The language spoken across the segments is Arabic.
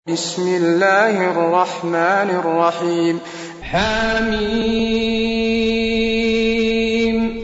بسم الله الرحمن الرحيم. حميم.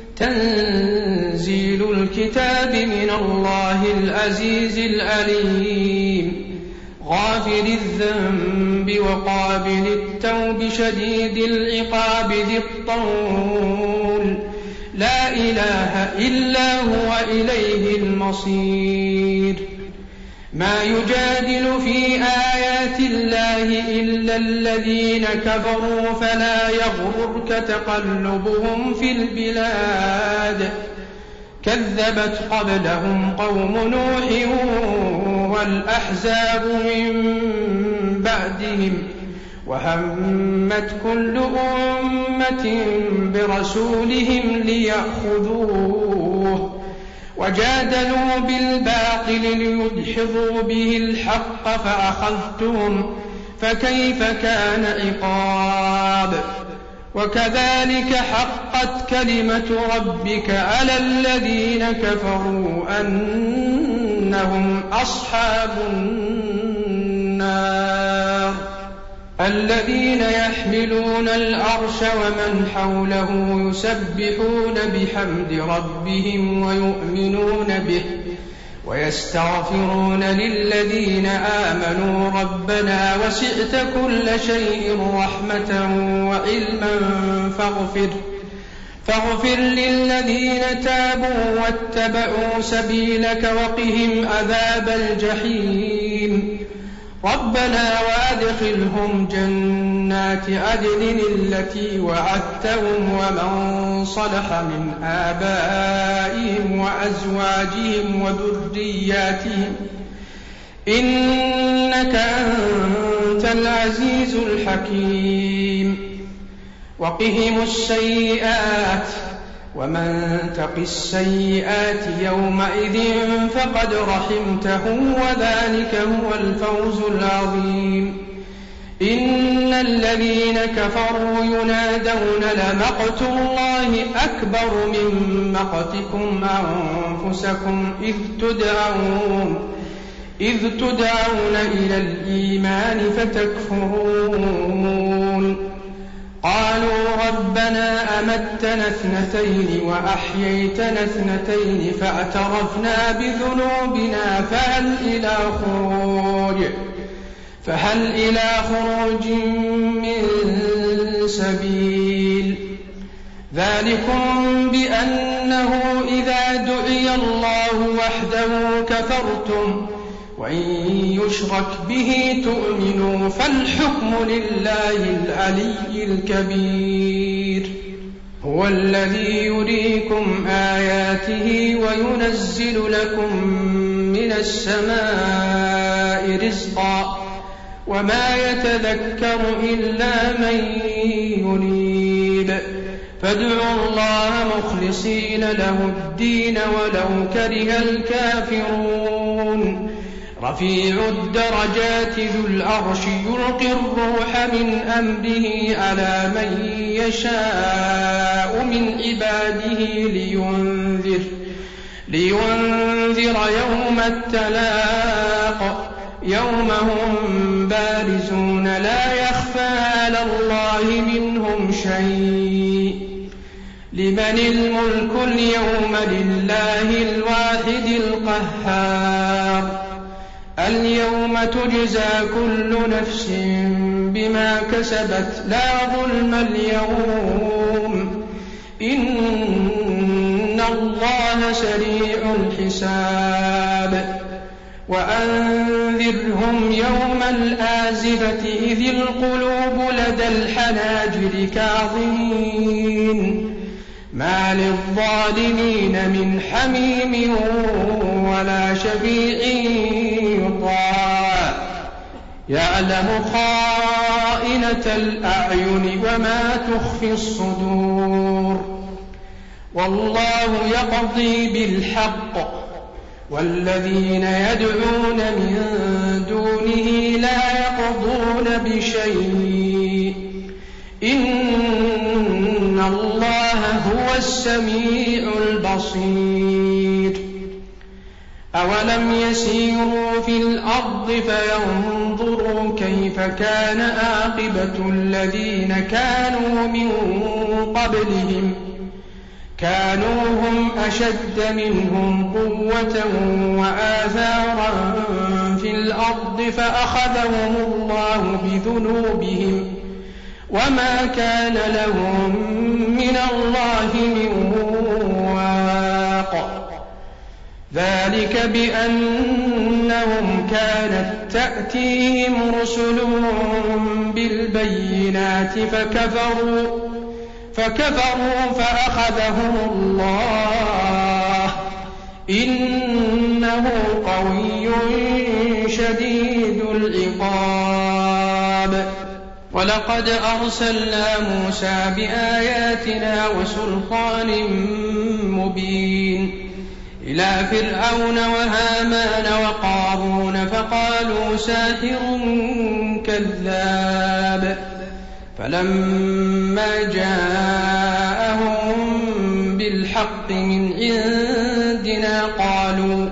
تنزيل الكتاب من الله العزيز العليم، غافر الذنب وقابل التوب شديد العقاب ذي الطول، لا إله إلا هو إليه المصير. ما يجادل في آيات الله إلا الذين كفروا فلا يغررك تقلبهم في البلاد. كذبت قبلهم قوم نوح والأحزاب من بعدهم، وهمت كل أمة برسولهم ليأخذوه، وجادلوا بالباطل ليدحضوا به الحق فأخذتهم، فكيف كان عقاب. وكذلك حقت كلمة ربك على الذين كفروا أنهم أصحاب النار. الذين يحملون العرش ومن حوله يسبحون بحمد ربهم ويؤمنون به ويستغفرون للذين آمنوا ربنا وسعت كل شيء رحمة وعلما فاغفر للذين تابوا واتبعوا سبيلك وقهم عذاب الجحيم. ربنا وأدخلهم جنات عدن التي وعدتهم ومن صلح من آبائهم وأزواجهم وذرياتهم إنك أنت العزيز الحكيم. وقهم السيئات ومن تق السيئات يومئذ فقد رحمته وذلك هو الفوز العظيم. إن الذين كفروا ينادون لمقت الله أكبر من مقتكم أنفسكم إذ تدعون إلى الإيمان فتكفرون. قالوا ربنا أمتنا اثنتين وأحييتنا اثنتين فاعترفنا بذنوبنا فهل إلى خروج من سبيل. ذلكم بأنه إذا دعي الله وحده كفرتم وإن يشرك به تؤمنوا فالحكم لله العلي الكبير. هو الذي يريكم آياته وينزل لكم من السماء رزقا وما يتذكر إلا من ينيب. فادعوا الله مخلصين له الدين ولو كره الكافرون. رفيع الدرجات ذو العرش يلقي الروح من أمره على من يشاء من عباده لينذر يوم التلاق يوم هم بارزون لا يخفى على الله منهم شيء. لمن الملك اليوم لله الواحد القهار. اليوم تجزى كل نفس بما كسبت لا ظلم اليوم إن الله سريع الحساب. وأنذرهم يوم الآزفة إذ القلوب لدى الحناجر كاظمين ما للظالمين من حميم ولا شفيع يطاع. يعلم خائنة الأعين وما تخفي الصدور. والله يقضي بالحق والذين يدعون من دونه لا يقضون بشيء إن الله هو السميع البصير. أولم يسيروا في الأرض فينظروا كيف كان عاقبة الذين كانوا من قبلهم كانوا هم أشد منهم قوة وآثارا في الأرض فأخذهم الله بذنوبهم وما كان لهم من الله من واق ذلك بأنهم كانت تأتيهم رسلهم بالبينات فكفروا فأخذهم الله إنه قوي شديد العقاب ولقد أرسلنا موسى بآياتنا وسلطان مبين إلى فرعون وهامان وقارون فقالوا ساحر كذاب فلما جاءهم بالحق من عندنا قالوا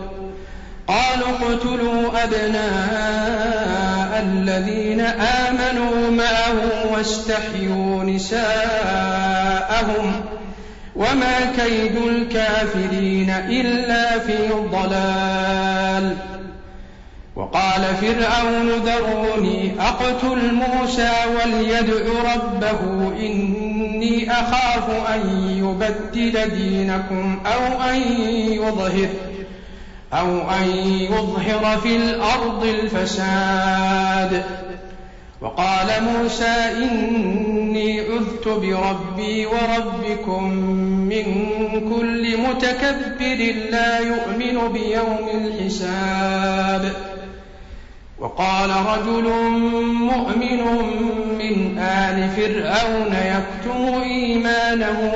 اقتلوا أبناء الذين آمنوا معه واستحيوا نساءهم وما كيد الكافرين إلا في ضلال وقال فرعون ذروني أقتل موسى وليدع ربه إني أخاف أن يبدل دينكم أو أن يظهر في الأرض الفساد وقال موسى إني عذت بربي وربكم من كل متكبر لا يؤمن بيوم الحساب وقال رجل مؤمن من آل فرعون يكتم إيمانه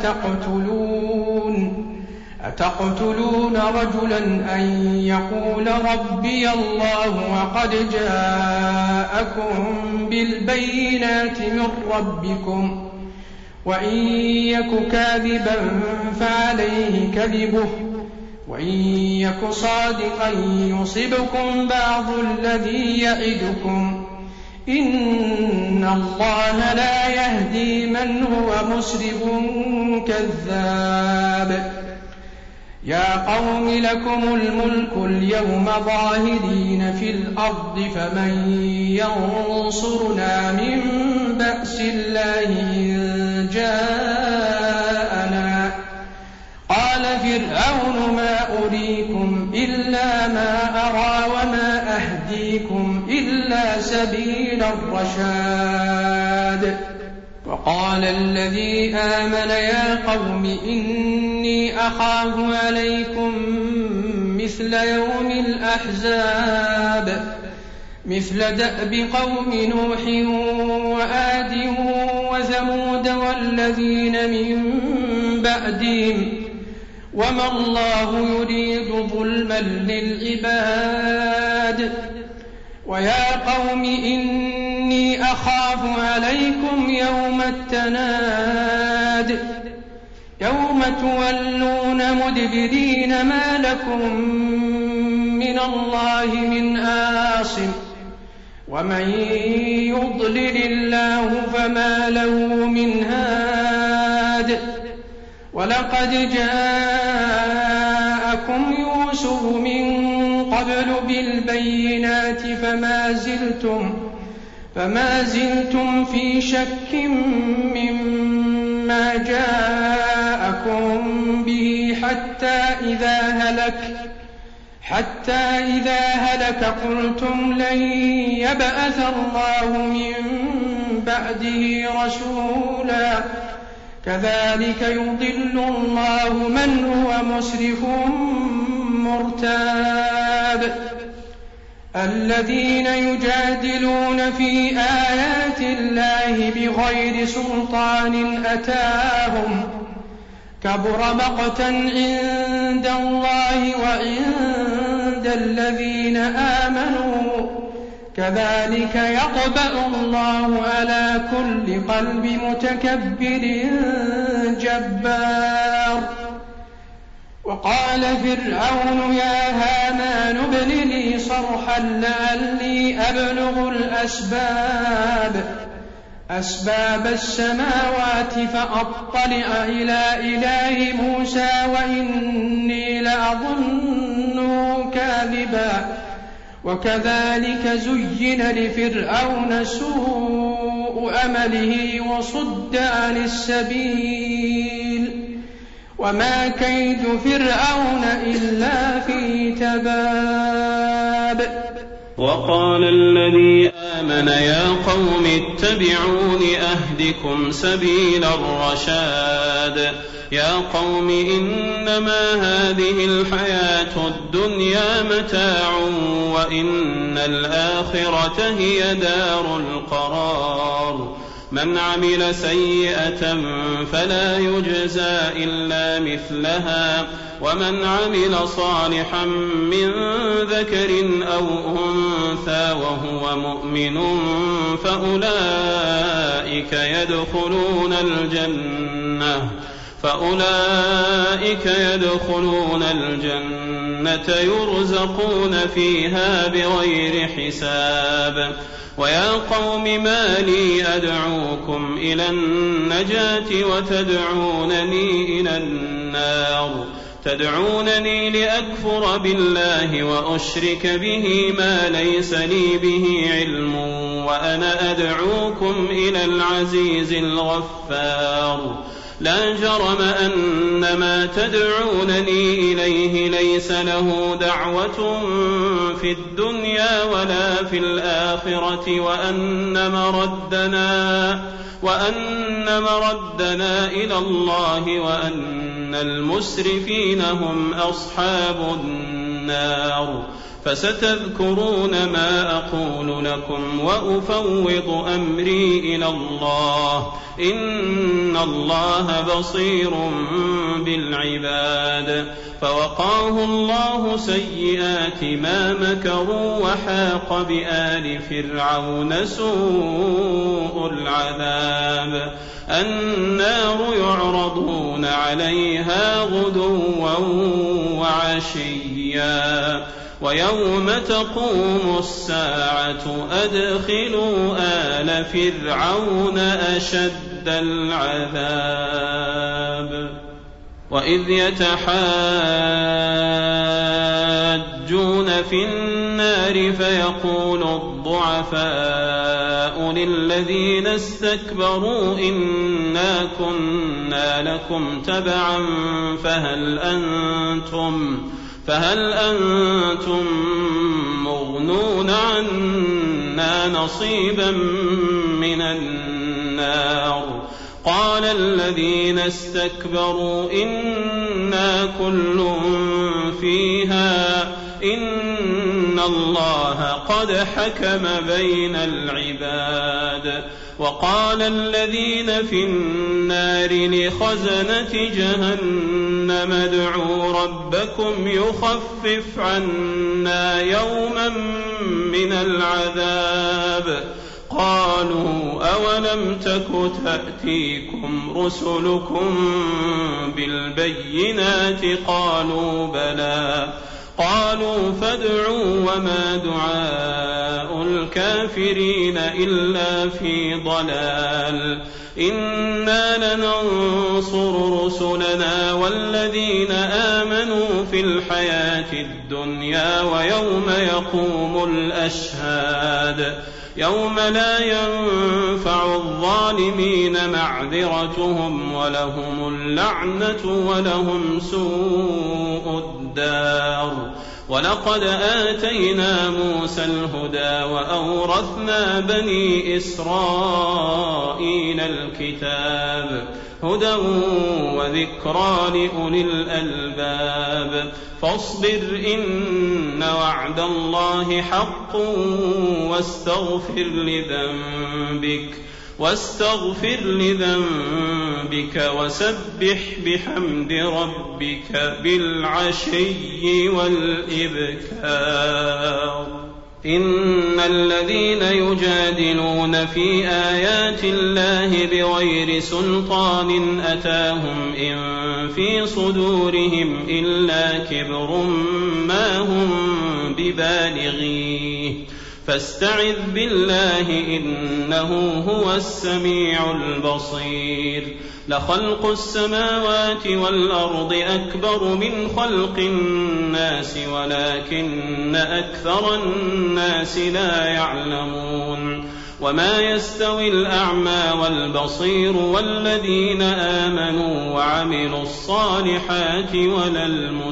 أتقتلون رجلا أن يقول ربي الله وقد جاءكم بالبينات من ربكم وإن يك كاذبا فعليه كذبه وإن يك صادقا يصبكم بعض الذي يعدكم إن الله لا يهدي من هو مسرف كذاب يا قوم لكم الملك اليوم ظاهرين في الأرض فمن ينصرنا من بأس الله إن جاءنا قال فرعون ما أريكم إلا ما أرى وما أهديكم إلا سبيل الرشاد وقال الذي آمن يا قوم إني أخاف عليكم مثل يوم الأحزاب مثل دأب قوم نوح وآد وثمود والذين من بعدهم وما الله يريد ظلما للعباد ويا قوم إني أخاف عليكم يوم التناد يوم تولون مدبرين ما لكم من الله من عاصم ومن يضلل الله فما له من هاد ولقد جاءكم يوسف من قبل بالبينات فما زلتم في شك مما جاءكم به حتى إذا هلك قلتم لن يبعث الله من بعده رسولا كذلك يضل الله من هو مسرف مرتاب الذين يجادلون في آيات الله بغير سلطان أتاهم كبر مقتا عند الله وعند الذين آمنوا كذلك يطبع الله على كل قلب متكبر جبار وقال فرعون يا هامان ابن لي صرحا لعلي أبلغ أسباب السماوات فأطلع إلى إله موسى وإني لأظنه كاذبا وكذلك زين لفرعون سوء أمله وصد عن السبيل وما كيد فرعون إلا في تباب. وقال الذي آمن يا قوم اتبعون أهدكم سبيل الرشاد. يا قوم إنما هذه الحياة الدنيا متاع وإن الآخرة هي دار القرار. من عمل سيئة فلا يجزى إلا مثلها ومن عمل صالحا من ذكر أو أنثى وهو مؤمن فأولئك يدخلون الجنة يرزقون فيها بغير حساب. ويا قوم ما لي أدعوكم إلى النجاة وتدعونني إلى النار. تدعونني لأكفر بالله وأشرك به ما ليس لي به علم وأنا أدعوكم إلى العزيز الغفار. لا جرم أن ما تدعونني إليه ليس له دعوة في الدنيا ولا في الآخرة وأن مردنا إلى الله وأن المسرفين هم أصحاب النار. فستذكرون ما أقول لكم وأفوض أمري إلى الله إن الله بصير بالعباد. فوقاه الله سيئات ما مكروا وحاق بآل فرعون سوء العذاب. النار يعرضون عليها غدوا وعشيا ويوم تقوم الساعة أدخلوا آل فرعون أشد العذاب. وإذ يتحاجون في النار فيقول الضعفاء للذين استكبروا إنا كنا لكم تبعا فهل أنتم مغنون عنا نصيبا من النار. قال الذين استكبروا إنا كل فيها إن الله قد حكم بين العباد. وقال الذين في النار لخزنة جهنم ادعوا ربكم يخفف عنا يوما من العذاب. قالوا أولم تك تأتيكم رسلكم بالبينات قالوا بلى. قالوا فادعوا وما دعاء الكافرين إلا في ضلال. إنا لننصر رسلنا والذين آمنوا في الحياة الدنيا ويوم يقوم الأشهاد. يوم لا ينفع الظالمين معذرتهم ولهم اللعنة ولهم سوء الدار. ولقد آتينا موسى الهدى وأورثنا بني إسرائيل الكتاب هدى وذكرى لأولي الألباب. فاصبر إن وعد الله حق واستغفر لذنبك وسبح بحمد ربك بالعشي والإبكار. إن الذين يجادلون في آيات الله بغير سلطان أتاهم إن في صدورهم إلا كبر ما هم ببالغيه فاستعذ بالله إنه هو السميع البصير لخلق السماوات والأرض أكبر من خلق الناس ولكن أكثر الناس لا يعلمون وما يستوي الأعمى والبصير والذين آمنوا وعملوا الصالحات ولا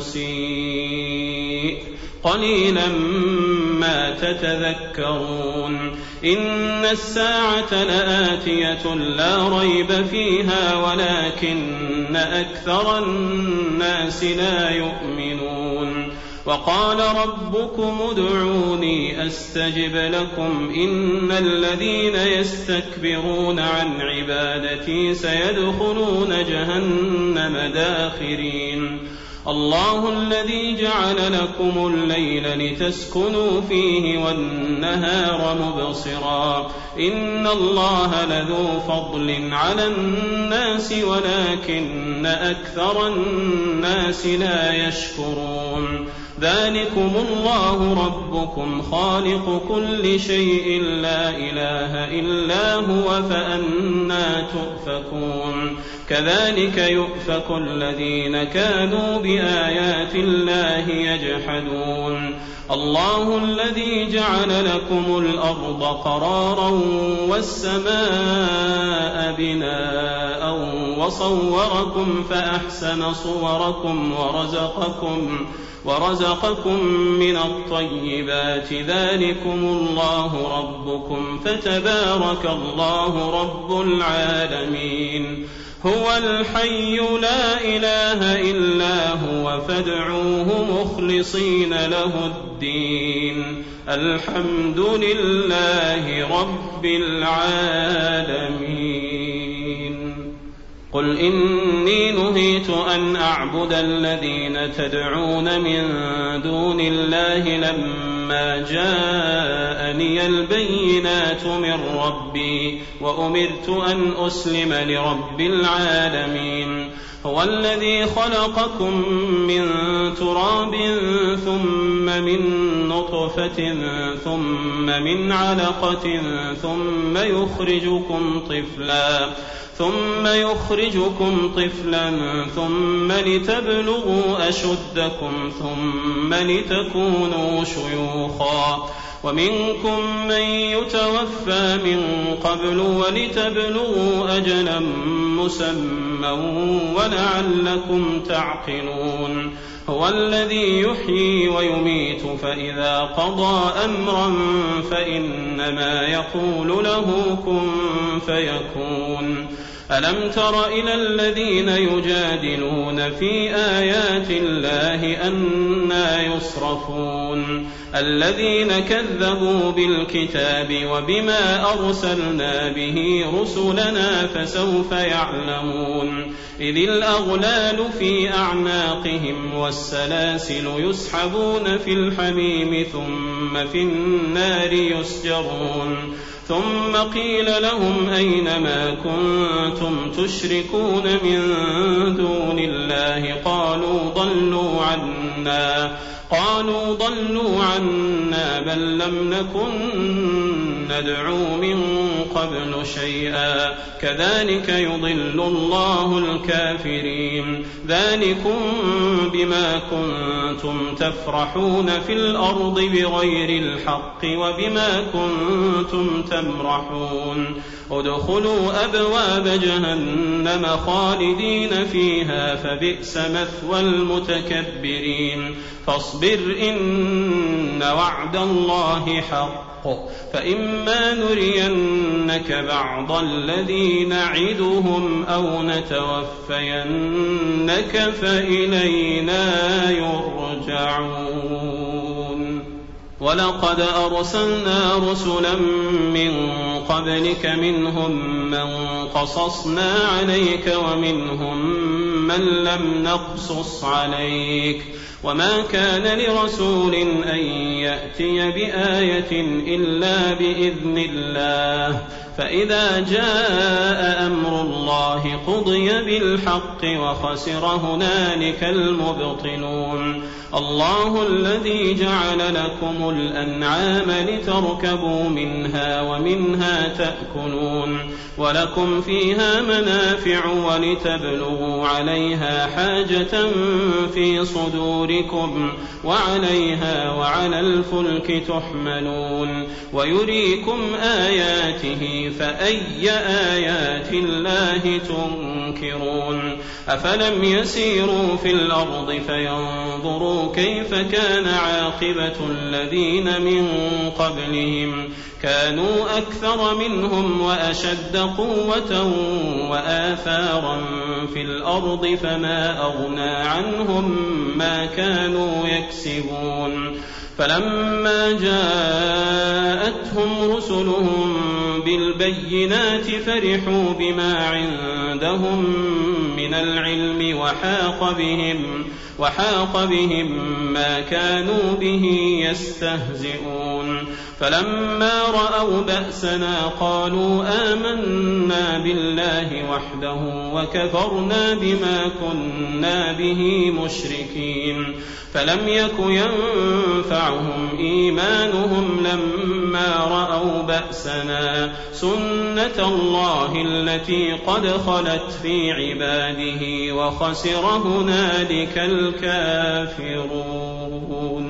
المسيء قليلا ما تتذكرون إن الساعة لآتية لا ريب فيها ولكن أكثر الناس لا يؤمنون وقال ربكم ادعوني أستجب لكم إن الذين يستكبرون عن عبادتي سيدخلون جهنم داخرين الله الذي جعل لكم الليل لتسكنوا فيه والنهار مبصرا إن الله لذو فضل على الناس ولكن أكثر الناس لا يشكرون ذلكم الله ربكم خالق كل شيء لا إله إلا هو فأنى تؤفكون كذلك يؤفك الذين كانوا بآيات الله يجحدون الله الذي جعل لكم الأرض قرارا والسماء بناء وصوركم فأحسن صوركم ورزقكم من الطيبات ذلكم الله ربكم فتبارك الله رب العالمين هو الحي لا إله إلا هو فادعوه مخلصين له الدين الحمد لله رب العالمين قل إني نهيت أن أعبد الذين تدعون من دون الله لما جاءني البينات من ربي وأمرت أن أسلم لرب العالمين هو الذي خلقكم من تراب ثم من نطفة ثم من علقة ثم يخرجكم طفلا ثم لتبلغوا أشدكم ثم لتكونوا شيوخا ومنكم من يتوفى من قبل ولتبلغوا أجلا مسمى ولعلكم تعقلون هو الذي يحيي ويميت فإذا قضى أمرا فإنما يقول له كن فيكون ألم تر إلى الذين يجادلون في آيات الله أنى يصرفون الذين كذبوا بالكتاب وبما أرسلنا به رسلنا فسوف يعلمون إذ الأغلال في أعناقهم والسلاسل يسحبون في الحميم ثم في النار يسجرون ثم قيل لهم أين ما كنتم تشركون من دون الله قالوا ضلوا عنا بل لم نكن ندعو من قبل شيئا كذلك يضل الله الكافرين ذلكم بما كنتم تفرحون في الأرض بغير الحق وبما كنتم تمرحون ادخلوا أبواب جهنم خالدين فيها فبئس مثوى المتكبرين فاصبر إن وعد الله حق فإما نرينك بعض الذي نعدهم أو نتوفينك فإلينا يرجعون ولقد أرسلنا رسلا من قبلك منهم من قصصنا عليك ومنهم من لم نقصص عليك وما كان لرسول أن يأتي بآية إلا بإذن الله فإذا جاء أمر الله قضي بالحق وخسر هنالك المبطلون الله الذي جعل لكم الأنعام لتركبوا منها ومنها تأكلون ولكم فيها منافع ولتبلغوا عليها حاجة في صدوركم وعليها وعلى الفلك تحملون ويريكم آياته فأي آيات الله تنكرون أفلم يسيروا في الأرض فينظروا كيف كان عاقبة الذين من قبلهم كانوا أكثر منهم وأشد قوة وآثارا في الأرض فما أغنى عنهم ما كانوا يكسبون فلما جاءتهم رسلهم بالبينات فرحوا بما عندهم من العلم وحاق بهم ما كانوا به يستهزئون فلما رأوا بأسنا قالوا آمنا بالله وحده وكفرنا بما كنا به مشركين فلم يك ينفعهم إيمانهم لما رأوا بأسنا سنة الله التي قد خلت في عباده وخسر هنالك الكافرون.